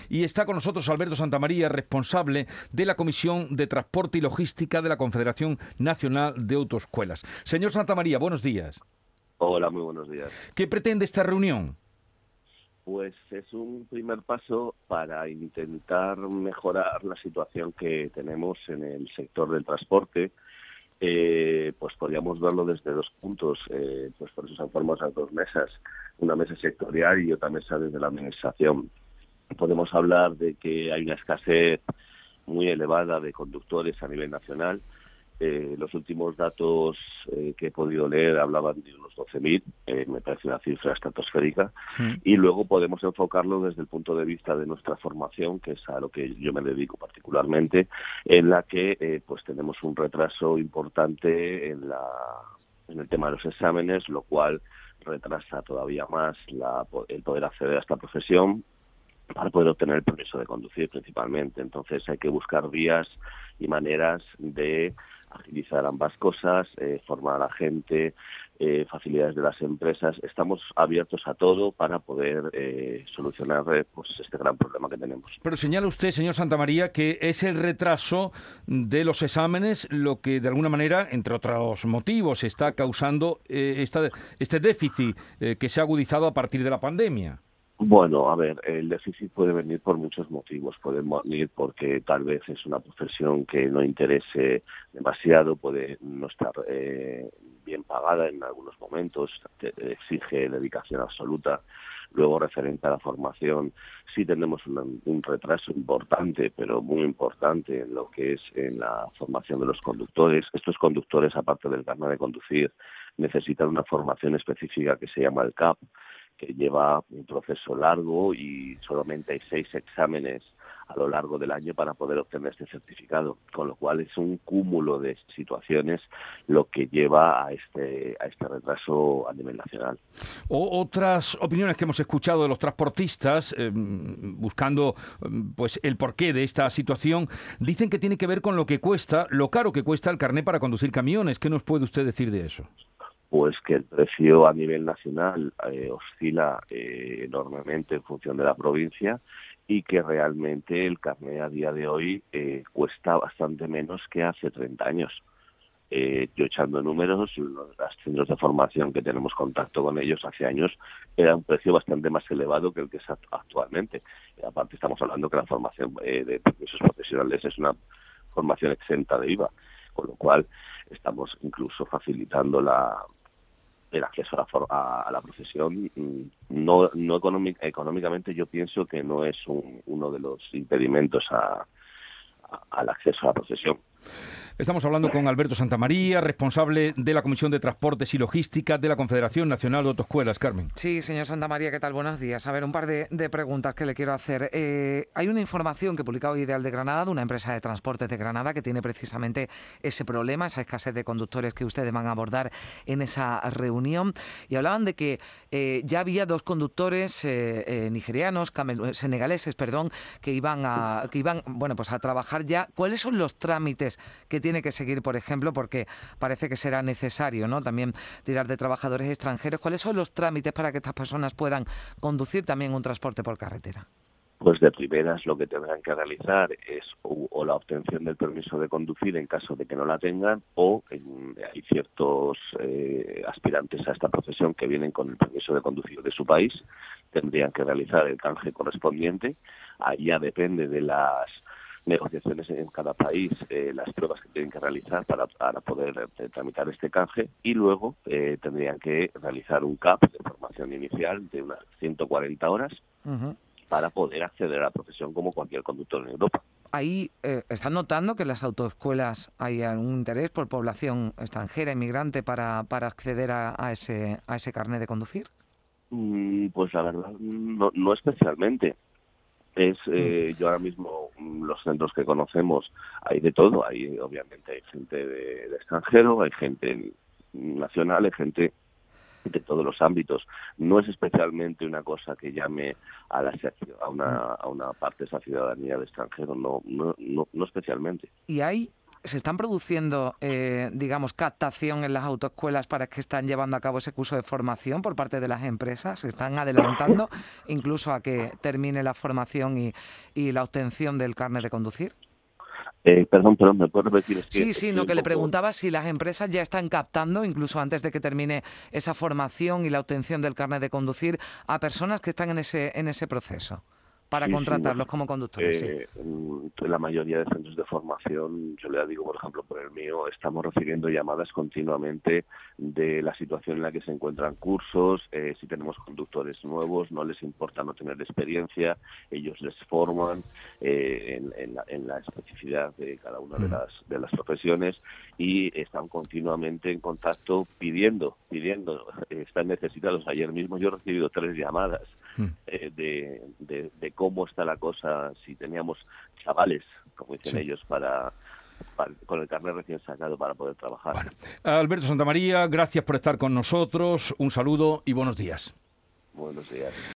y está con nosotros Alberto Santamaría, responsable de la Comisión de Transporte y Logística de la Confederación Nacional de Autoescuelas. Señor Santamaría, buenos días. Hola, muy buenos días. ¿Qué pretende esta reunión? Pues es un primer paso para intentar mejorar la situación que tenemos en el sector del transporte. Pues podríamos verlo desde dos puntos, pues por eso se han formado esas dos mesas, una mesa sectorial y otra mesa desde la administración. Podemos hablar de que hay una escasez muy elevada de conductores a nivel nacional. Los últimos datos que he podido leer hablaban de unos 12.000, me parece una cifra estratosférica, y luego podemos enfocarlo desde el punto de vista de nuestra formación, que es a lo que yo me dedico particularmente, en la que pues tenemos un retraso importante en el tema de los exámenes, lo cual retrasa todavía más el poder acceder a esta profesión para poder obtener el permiso de conducir principalmente. Entonces hay que buscar vías y maneras de agilizar ambas cosas, formar a la gente, facilidades de las empresas. Estamos abiertos a todo para poder solucionar pues este gran problema que tenemos. Pero señala usted, señor Santamaría, que es el retraso de los exámenes lo que de alguna manera, entre otros motivos, está causando este déficit que se ha agudizado a partir de la pandemia. Bueno, a ver, el déficit puede venir por muchos motivos. Puede venir porque tal vez es una profesión que no interese demasiado, puede no estar bien pagada en algunos momentos, exige dedicación absoluta. Luego, referente a la formación, sí tenemos un retraso importante, pero muy importante, en lo que es en la formación de los conductores. Estos conductores, aparte del carnet de conducir, necesitan una formación específica que se llama el CAP, que lleva un proceso largo y solamente hay 6 exámenes a lo largo del año para poder obtener este certificado, con lo cual es un cúmulo de situaciones lo que lleva a este retraso a nivel nacional. Otras opiniones que hemos escuchado de los transportistas, buscando pues el porqué de esta situación, dicen que tiene que ver con lo caro que cuesta el carné para conducir camiones. ¿Qué nos puede usted decir de eso? Pues que el precio a nivel nacional oscila enormemente en función de la provincia y que realmente el carné a día de hoy cuesta bastante menos que hace 30 años. Yo echando números, los centros de formación que tenemos contacto con ellos hace años era un precio bastante más elevado que el que es actualmente. Y aparte estamos hablando que la formación de permisos profesionales es una formación exenta de IVA, con lo cual estamos incluso facilitando el acceso a la profesión. No económicamente yo pienso que no es uno de los impedimentos al acceso a la profesión. Estamos hablando con Alberto Santamaría, responsable de la Comisión de Transportes y Logística de la Confederación Nacional de Autoescuelas. Carmen. Sí, señor Santamaría, ¿qué tal? Buenos días. A ver, un par de preguntas que le quiero hacer. Hay una información que publica hoy Ideal de Granada, de una empresa de transportes de Granada, que tiene precisamente ese problema, esa escasez de conductores que ustedes van a abordar en esa reunión. Y hablaban de que ya había 2 conductores nigerianos, senegaleses, que iban a trabajar ya. ¿Cuáles son los trámites que tiene que seguir, por ejemplo, porque parece que será necesario, ¿no?, también tirar de trabajadores extranjeros? ¿Cuáles son los trámites para que estas personas puedan conducir también un transporte por carretera? Pues de primeras lo que tendrán que realizar es o la obtención del permiso de conducir en caso de que no la tengan, o hay ciertos aspirantes a esta profesión que vienen con el permiso de conducir de su país, tendrían que realizar el canje correspondiente. Ahí ya depende de las negociaciones en cada país, las pruebas que tienen que realizar para poder tramitar este canje, y luego tendrían que realizar un CAP de formación inicial de unas 140 horas para poder acceder a la profesión como cualquier conductor en Europa. Ahí ¿están notando que en las autoescuelas hay algún interés por población extranjera, inmigrante, para acceder a ese carnet de conducir? Pues la verdad, no especialmente. Yo ahora mismo, los centros que conocemos, hay de todo. Obviamente hay gente de extranjero, hay gente nacional, hay gente de todos los ámbitos. No es especialmente una cosa que llame a una parte de esa ciudadanía de extranjero, no especialmente. ¿Y hay ¿se están produciendo, digamos, captación en las autoescuelas para que están llevando a cabo ese curso de formación por parte de las empresas? ¿Se están adelantando incluso a que termine la formación y la obtención del carnet de conducir? Perdón, ¿me puedo repetir? Sí, no, que le preguntaba si las empresas ya están captando, incluso antes de que termine esa formación y la obtención del carnet de conducir, a personas que están en ese proceso, para contratarlos como conductores. La mayoría de centros de formación, yo le digo, por ejemplo, por el mío, estamos recibiendo llamadas continuamente de la situación en la que se encuentran cursos, si tenemos conductores nuevos, no les importa no tener experiencia, ellos les forman en la especificidad de cada una de las profesiones y están continuamente en contacto pidiendo, están necesitados. Ayer mismo yo he recibido 3 llamadas de cómo está la cosa, si teníamos chavales, como dicen ellos, para con el carnet recién sacado para poder trabajar. Bueno. Alberto Santamaría, gracias por estar con nosotros, un saludo y buenos días. Buenos días.